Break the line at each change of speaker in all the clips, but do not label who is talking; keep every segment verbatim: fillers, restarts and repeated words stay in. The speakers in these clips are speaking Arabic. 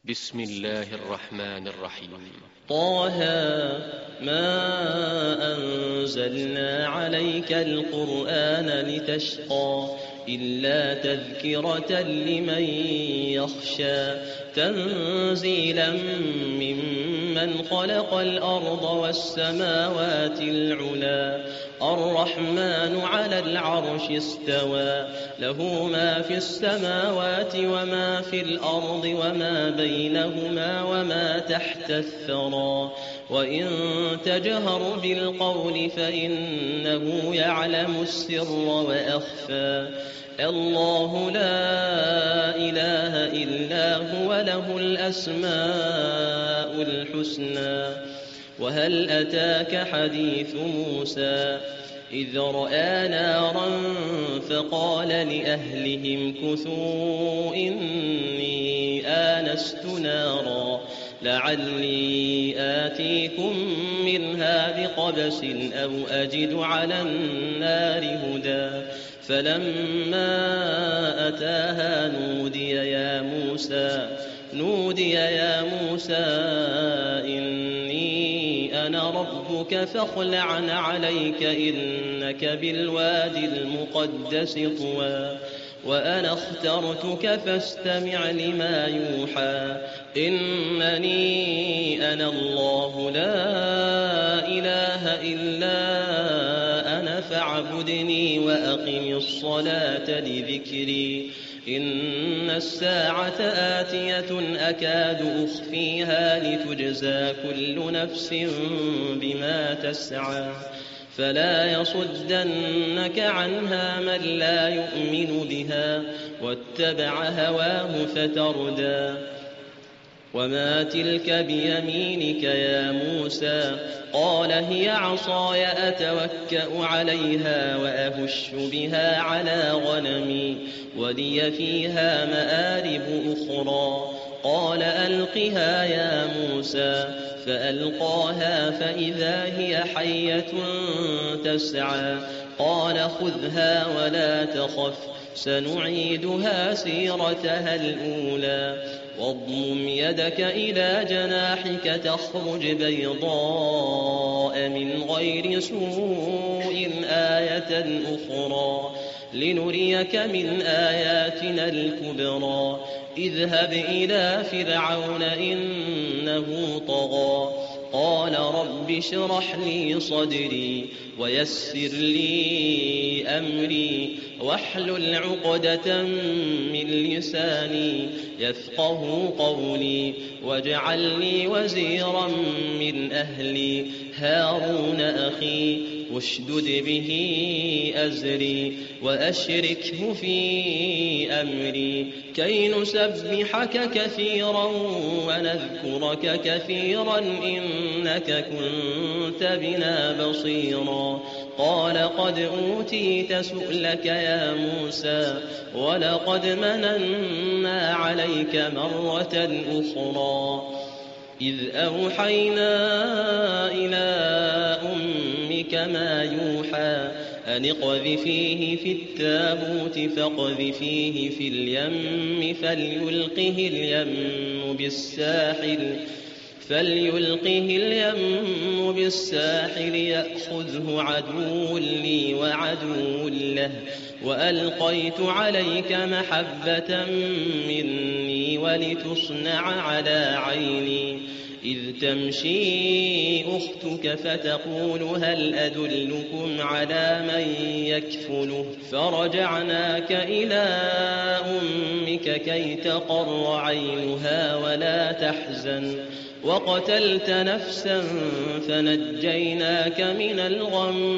بسم الله الرحمن الرحيم.
طه ما أنزلنا عليك القرآن لتشقى إلا تذكرة لمن يخشى تنزيلا ممن خلق الأرض والسماوات العلا الرحمن على العرش استوى له ما في السماوات وما في الأرض وما بينهما وما تحت الثرى وإن تجهر بالقول فإنه يعلم السر وأخفى الله لا إله إلا هو له الأسماء الحسنى وهل أتاك حديث موسى إذ رأى نارا فقال لأهلهم كثوا إني آنست نارا لعلي آتيكم منها بقبس أو أجد على النار هدى فلما أتاها نودي يا موسى نودي يا موسى إني أنا ربك فاخلع عليك إنك بالوادي المقدس طوى وأنا اخترتك فاستمع لما يوحى إنني أنا الله لا إله إلا أنا فاعبدني وأقم الصلاة لذكري إن الساعة آتية أكاد أخفيها لتجزى كل نفس بما تسعى فلا يصدنك عنها من لا يؤمن بها واتبع هواه فتردى وما تلك بيمينك يا موسى قال هي عصاي أتوكأ عليها وأهش بها على غنمي ولي فيها مآرب أخرى قال ألقها يا موسى فألقاها فإذا هي حية تسعى قال خذها ولا تخف سنعيدها سيرتها الأولى واضمم يدك إلى جناحك تخرج بيضاء من غير سوء آية أخرى لنريك من آياتنا الكبرى اذهب إلى فرعون إنه طغى قال رب اشرح لي صدري ويسر لي أمري واحلل عقدة من لساني يفقه قولي واجعل لي وزيرا من أهلي هارون أخي واشدد به أزري وأشركه في أمري كي نسبحك كثيرا ونذكرك كثيرا إنك كنت بنا بصيرا قال قد أوتيت سؤلك يا موسى ولقد مننا عليك مرة أخرى إذ أوحينا إلى أمك ما يوحى أن اقذفيه في التابوت فاقذفيه في اليم فليلقه اليم بالساحل فليلقه اليم بالساحل يأخذه عدو لي وعدو له وألقيت عليك محبة مني ولتصنع على عيني إذ تمشي أختك فتقول هل أدلكم على من يكفله فرجعناك إلى أمك كي تقر عينها ولا تحزن وقتلت نفسا فنجيناك من الغم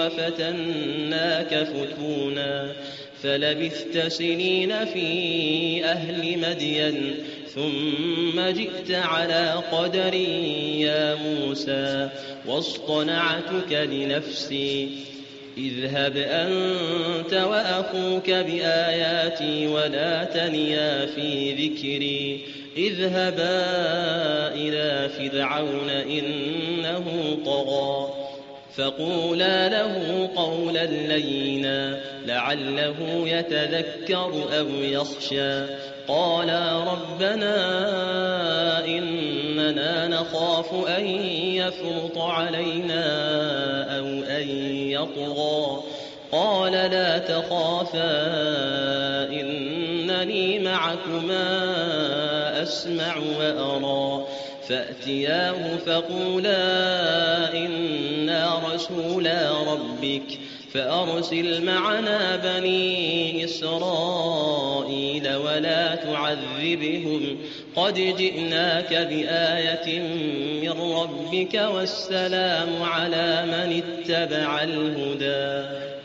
وفتناك فتونا فلبثت سنين في أهل مدين ثم جئت على قدري يا موسى واصطنعتك لنفسي اذهب أنت وأخوك بآياتي ولا تنيا في ذكري اذهبا إلى فرعون إنه طغى فقولا له قولا لينا لعله يتذكر أو يخشى قالا ربنا نخاف أن يفرط علينا أو أن يطغى قال لا تخافا إنني معكما أسمع وأرى فأتياه فقولا إنا رسولا ربك فأرسل معنا بني إسرائيل ولا تعذبهم قد جئناك بآية من ربك والسلام على من اتبع الهدى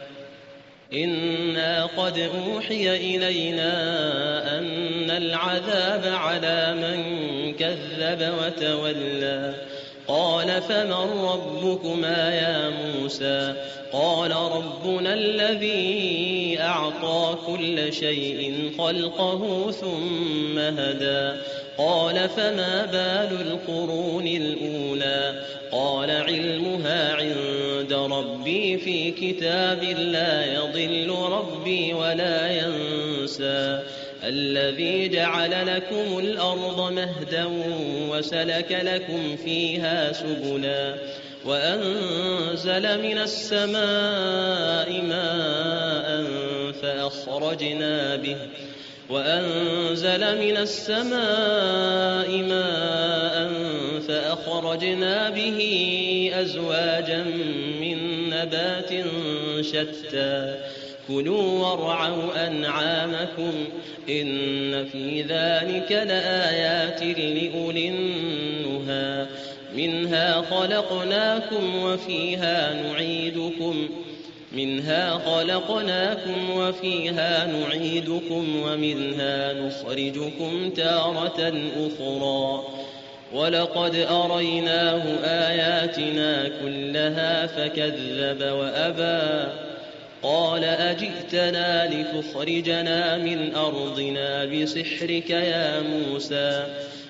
إنا قد أوحي إلينا أن العذاب على من كذب وتولى قال فمن ربكما يا موسى قال ربنا الذي أعطى كل شيء خلقه ثم هدى قال فما بال القرون الأولى قال علمها عند ربي في كتاب لا يضل ربي ولا ينسى الذي جعل لكم الأرض مهدا وسلك لكم فيها سبلا وأنزل من السماء ماء فأخرجنا به وأنزل من السماء ماء فأخرجنا به أزواجا من نبات شتى كلوا وارعوا أنعامكم إن في ذلك لآيات لأولي النهى منها خلقناكم وفيها نعيدكم منها خلقناكم وفيها نعيدكم ومنها نخرجكم تارة أخرى ولقد أريناه آياتنا كلها فكذب وأبى قال أجئتنا لتخرجنا من أرضنا بسحرك يا موسى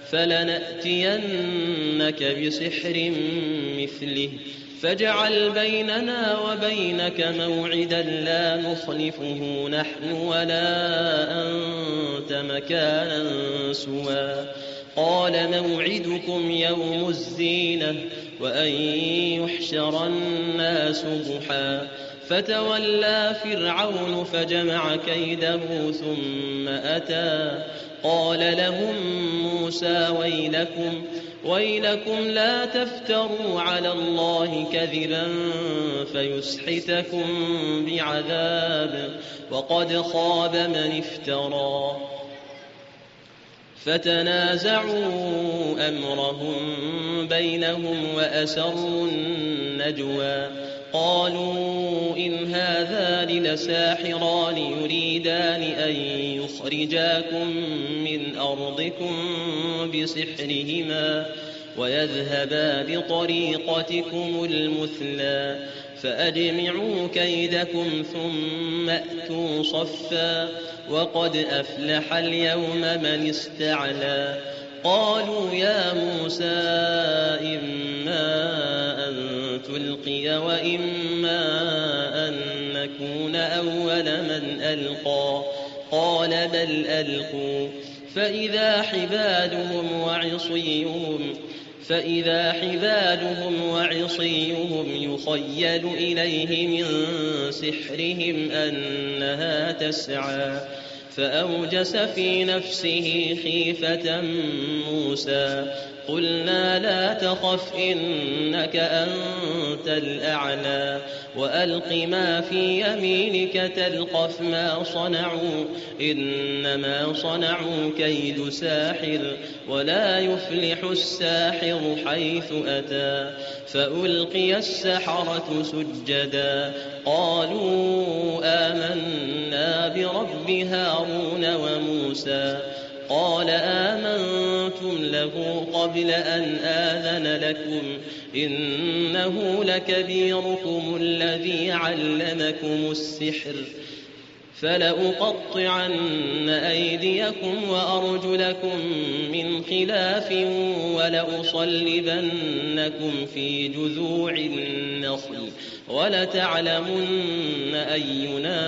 فلنأتينك بسحر مثله فاجعل بيننا وبينك موعدا لا نخلفه نحن ولا أنت مكانا سوى قال موعدكم يوم الزينة وأن يحشر الناس ضحى فتولى فرعون فجمع كيده ثم أتى قال لهم موسى ويلكم ويلكم لا تفتروا على الله كذبا فيسحتكم بعذاب وقد خاب من افترى فتنازعوا أمرهم بينهم وأسروا النجوى قالوا إن هذان لساحران يريدان أن يخرجاكم من أرضكم بسحرهما ويذهبا بطريقتكم المثلى فأجمعوا كيدكم ثم أتوا صفا وقد أفلح اليوم من استعلى قالوا يا موسى إما أن تلقي وإما أن نكون أول من ألقى قال بل ألقوا فإذا حبالهم وعصيهم فإذا حبالهم وعصيهم يخيل إليه من سحرهم أنها تسعى فأوجس في نفسه خيفة موسى قلنا لا تخف إنك أنت الأعلى وألق ما في يمينك تلقف ما صنعوا إنما صنعوا كيد ساحر ولا يفلح الساحر حيث أتى فألقي السحرة سجدا قالوا آمنا برب هارون وموسى قال آمنتم له قبل أن آذن لكم إنه لكبيركم الذي علمكم السحر فلأقطعن أيديكم وأرجلكم من خلاف ولأصلبنكم في جذوع النخل ولتعلمن أينا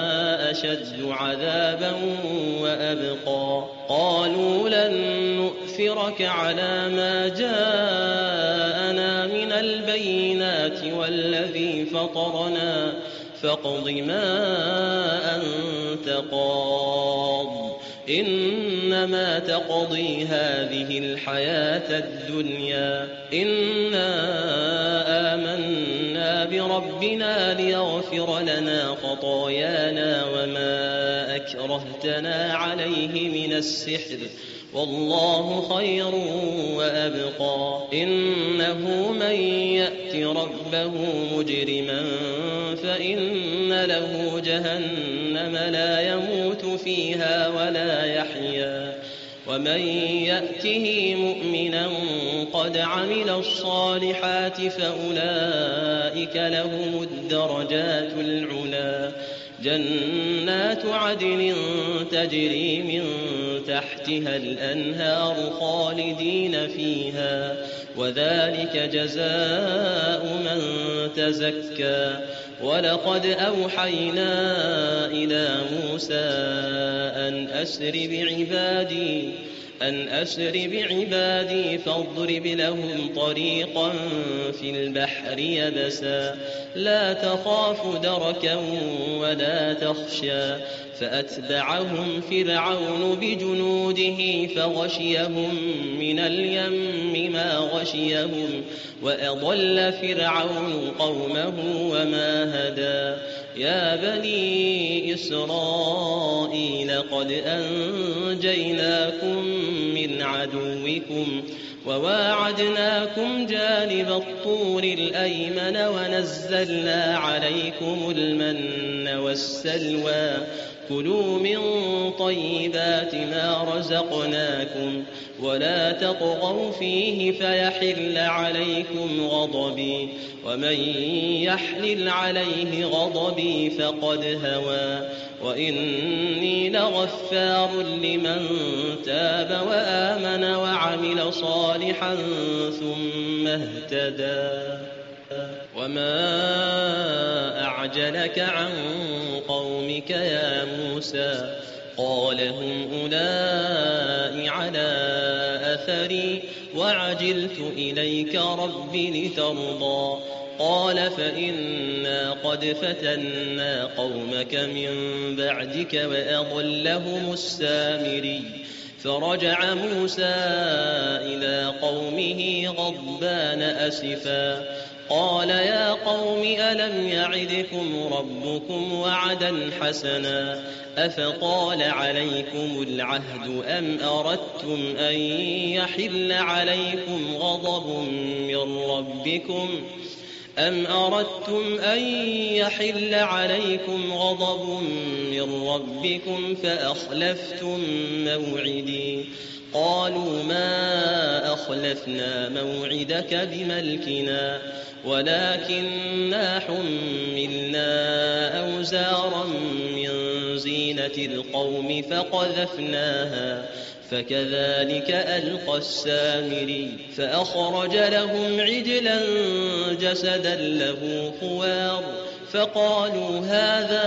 أشد عذابا وأبقى قالوا لن نؤثر لنؤثرك على ما جاءنا من البينات والذي فطرنا فاقض ما أنت قاض إنما تقضي هذه الحياة الدنيا إنا آمنا بربنا ليغفر لنا خطايانا وما أكرهتنا عليه من السحر والله خير وأبقى إنه من يأت ربه مجرما فإن له جهنم لا يموت فيها ولا يحيا ومن يأته مؤمنا قد عمل الصالحات فأولئك لهم الدرجات العلا جنات عدن تجري من تحتها الأنهار خالدين فيها وذلك جزاء من تزكى ولقد أوحينا إلى موسى أن أسر بعبادي أن أسر بعبادي فاضرب لهم طريقا في البحر يبسا لا تخاف دركا ولا تخشى فأتبعهم فرعون بجنوده فغشيهم من اليم ما غشيهم وأضل فرعون قومه وما هدى يا بني إسرائيل قد أنجيناكم من عدوكم وواعدناكم جانب الطور الأيمن ونزلنا عليكم المن والسلوى كلوا من طيبات ما رزقناكم ولا تطغوا فيه فيحل عليكم غضبي ومن يحلل عليه غضبي فقد هوى وإني لغفار لمن تاب وآمن وعمل صالحا ثم اهتدى وما أعجلك عن قومك يا موسى قال هم أولئك على أثري وعجلت إليك رب لترضى قال فإنا قد فتنا قومك من بعدك وأضلهم السامري فرجع موسى إلى قومه غضبان أسفا قال يا قوم ألم يعدكم ربكم وعدا حسنا أفطال عليكم العهد أم أردتم أن يحل عليكم غضب من ربكم أم أردتم أن يحل عليكم غضب من ربكم فأخلفتم موعدي قالوا ما أخلفنا موعدك بملكنا ولكننا حملنا أوزارا من زينة القوم فقذفناها فكذلك ألقى السامري فأخرج لهم عجلا جسدا له خوار فقالوا هذا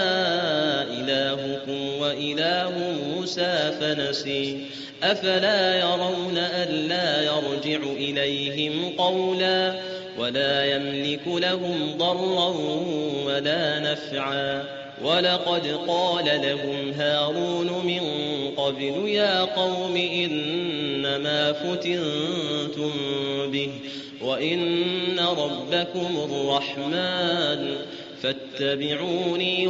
إلهكم وإله موسى فنسي أفلا يرون ألا يرجع إليهم قولا ولا يملك لهم ضرا ولا نفعا ولقد قال لهم هارون من قبل يا قوم إنما فتنتم به وإن ربكم الرحمن فاتبعوني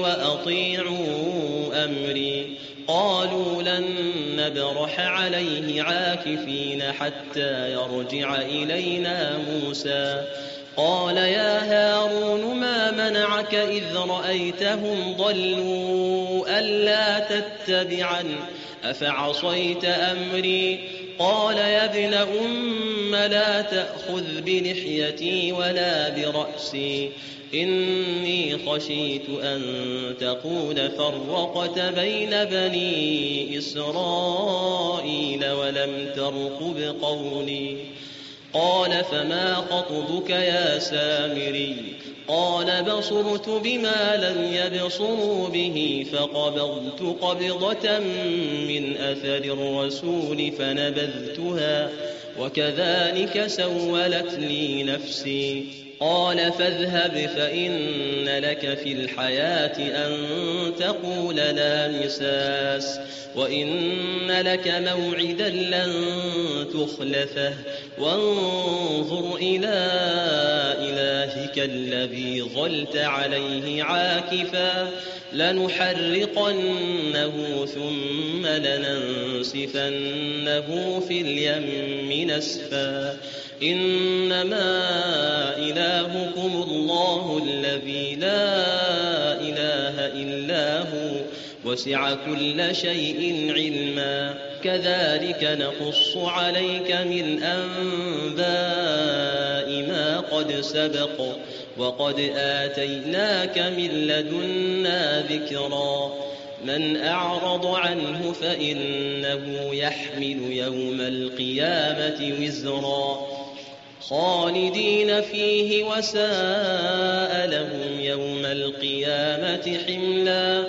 وأطيعوا أمري قالوا لن نبرح عليه عاكفين حتى يرجع إلينا موسى قال يا هارون ما منعك إذ رأيتهم ضلوا ألا تتبعن أفعصيت أمري قال يا ابن أم لا تأخذ بلحيتي ولا برأسي إني خشيت أن تقول فرقت بين بني إسرائيل ولم ترقب قولي قال فما خطبك يا سامري قال بصرت بما لم يبصروا به فقبضت قبضة من أثر الرسول فنبذتها وكذلك سولت لي نفسي قال فاذهب فإن لك في الحياة أن تقول لا مساس وإن لك موعدا لن تخلفه وانظر إلى إلهك الذي ظلت عليه عاكفا لنحرقنه ثم لننسفنه في اليم نسفا إنما إلهكم الله الذي لا إله إلا هو وسع كل شيء علما كذلك نقص عليك من أنباء ما قد سبق وقد آتيناك من لدنا ذكرا من أعرض عنه فإنه يحمل يوم القيامة وزرا خالدين فيه وساء لهم يوم القيامة حملا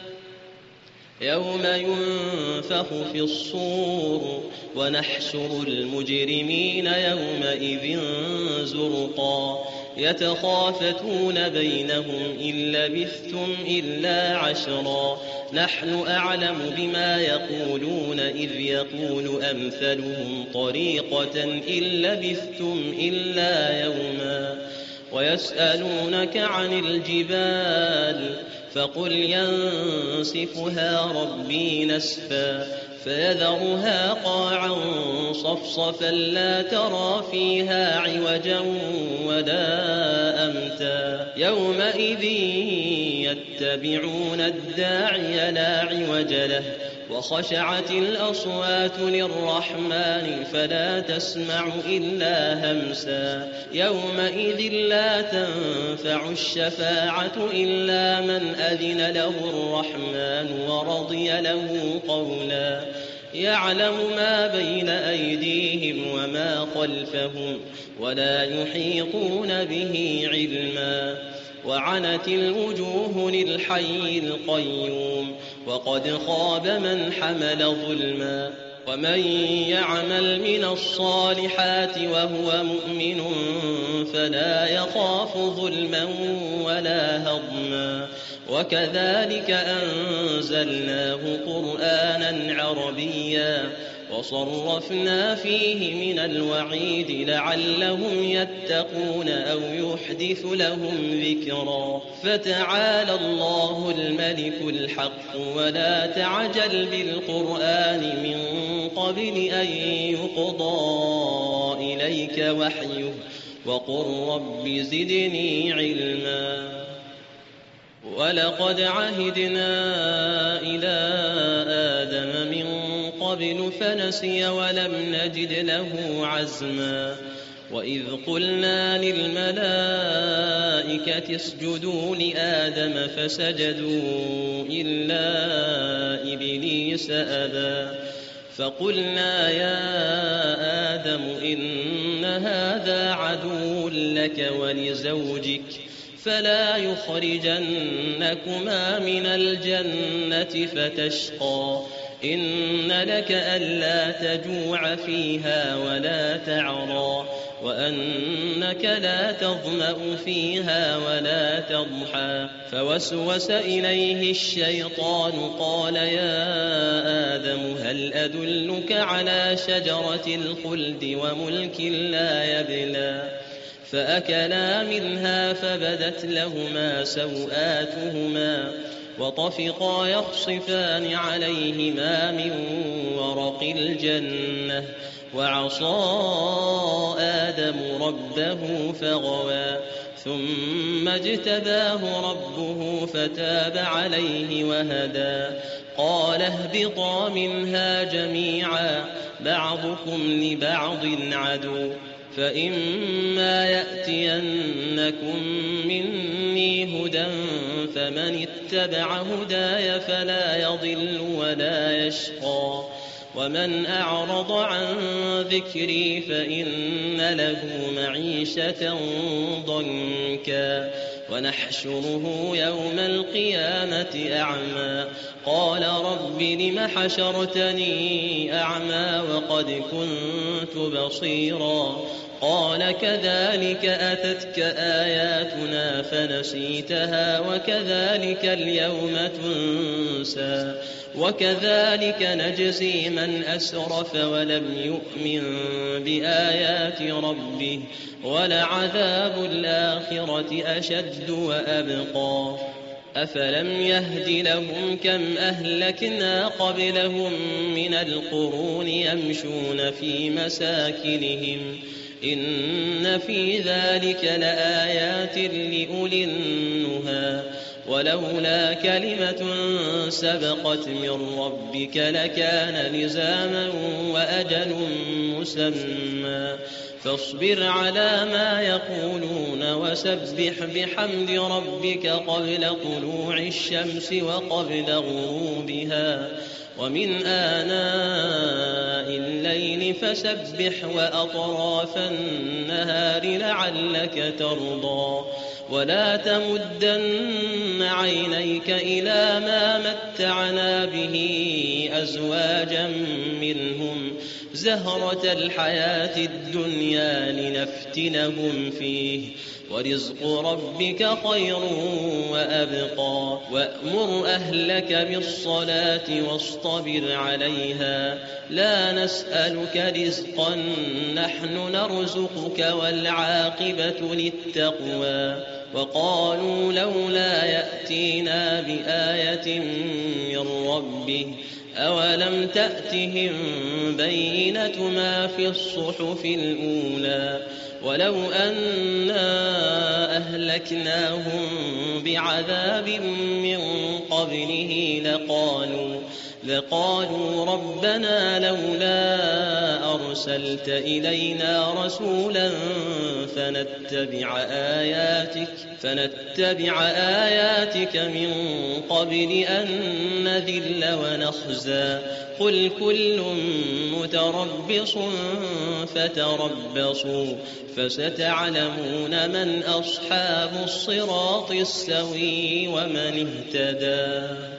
يوم ينفخ في الصور ونحشر المجرمين يومئذ زرقا يتخافتون بينهم إن لبثتم إلا عشرا نحن أعلم بما يقولون إذ يقول أمثلهم طريقة إن لبثتم إلا يوما ويسألونك عن الجبال فقل ينسفها ربي نسفا فيذرها قاعا صفصفا لا ترى فيها عوجا ولا أمتا يومئذ يتبعون الداعي لا عوج له وخشعت الأصوات للرحمن فلا تسمع إلا همسا يومئذ لا تنفع الشفاعة إلا من أذن له الرحمن ورضي له قولا يعلم ما بين أيديهم وما خلفهم ولا يحيطون به علما وعنت الوجوه للحي القيوم وقد خاب من حمل ظلما ومن يعمل من الصالحات وهو مؤمن فلا يخاف ظلما ولا هضما وكذلك أنزلناه قرآنا عربيا وصرفنا فيه من الوعيد لعلهم يتقون أو يحدث لهم ذكرا فتعالى الله الملك الحق ولا تعجل بالقرآن من قبل أن يقضى إليك وحيه وقل رب زدني علما ولقد عهدنا إلى آدم من قبل فنسي ولم نجد له عزما وإذ قلنا للملائكة اسجدوا لآدم فسجدوا إلا إبليس أبى فقلنا يا آدم إن هذا عدو لك ولزوجك فلا يخرجنكما من الجنة فتشقى إن لك ألا تجوع فيها ولا تعرى وأنك لا تظمأ فيها ولا تضحى فوسوس إليه الشيطان قال يا آدم هل أدلك على شجرة الخلد وملك لا يبلى فأكلا منها فبدت لهما سوآتهما وطفقا يخصفان عليهما من ورق الجنة وعصى آدم ربه فغوى ثم اجتباه ربه فتاب عليه وهدى قال اهبطا منها جميعا بعضكم لبعض عدو فإما يأتينكم مني هدى فمن اتبع هداي فلا يضل ولا يشقى ومن أعرض عن ذكري فإن له معيشة ضنكا ونحشره يوم القيامة أعمى قال رب لم حشرتني أعمى وقد كنت بصيرا قال كذلك أتتك آياتنا فنسيتها وكذلك اليوم تنسى وكذلك نجزي من أسرف ولم يؤمن بآيات ربه ولعذاب الآخرة أشد وأبقى أفلم يهد لهم كم أهلكنا قبلهم من القرون يمشون في مساكنهم إن في ذلك لآيات لأولي النهى ولولا كلمة سبقت من ربك لكان لزاما وأجل مسمى فاصبر على ما يقولون وسبح بحمد ربك قبل طلوع الشمس وقبل غروبها ومن آناء الليل فسبح وأطراف النهار لعلك ترضى ولا تمدن عينيك إلى ما متعنا به أزواجا منهم زهرة الحياة الدنيا لنفتنهم فيه ورزق ربك خير وأبقى وأمر أهلك بالصلاة واصطبر عليها لا نسألك رزقا نحن نرزقك والعاقبة للتقوى وقالوا لولا يأتينا بآية من ربه أولم تأتهم بينة ما في الصحف الأولى ولو أنا أهلكناهم بعذاب من قبله لقالوا لقالوا ربنا لولا أرسلت إلينا رسولا فنتبع آياتك فنتبع آياتك من قبل أن نذل ونخزى قل كل متربص فتربصوا فستعلمون من أصحاب الصراط السوي ومن اهتدى.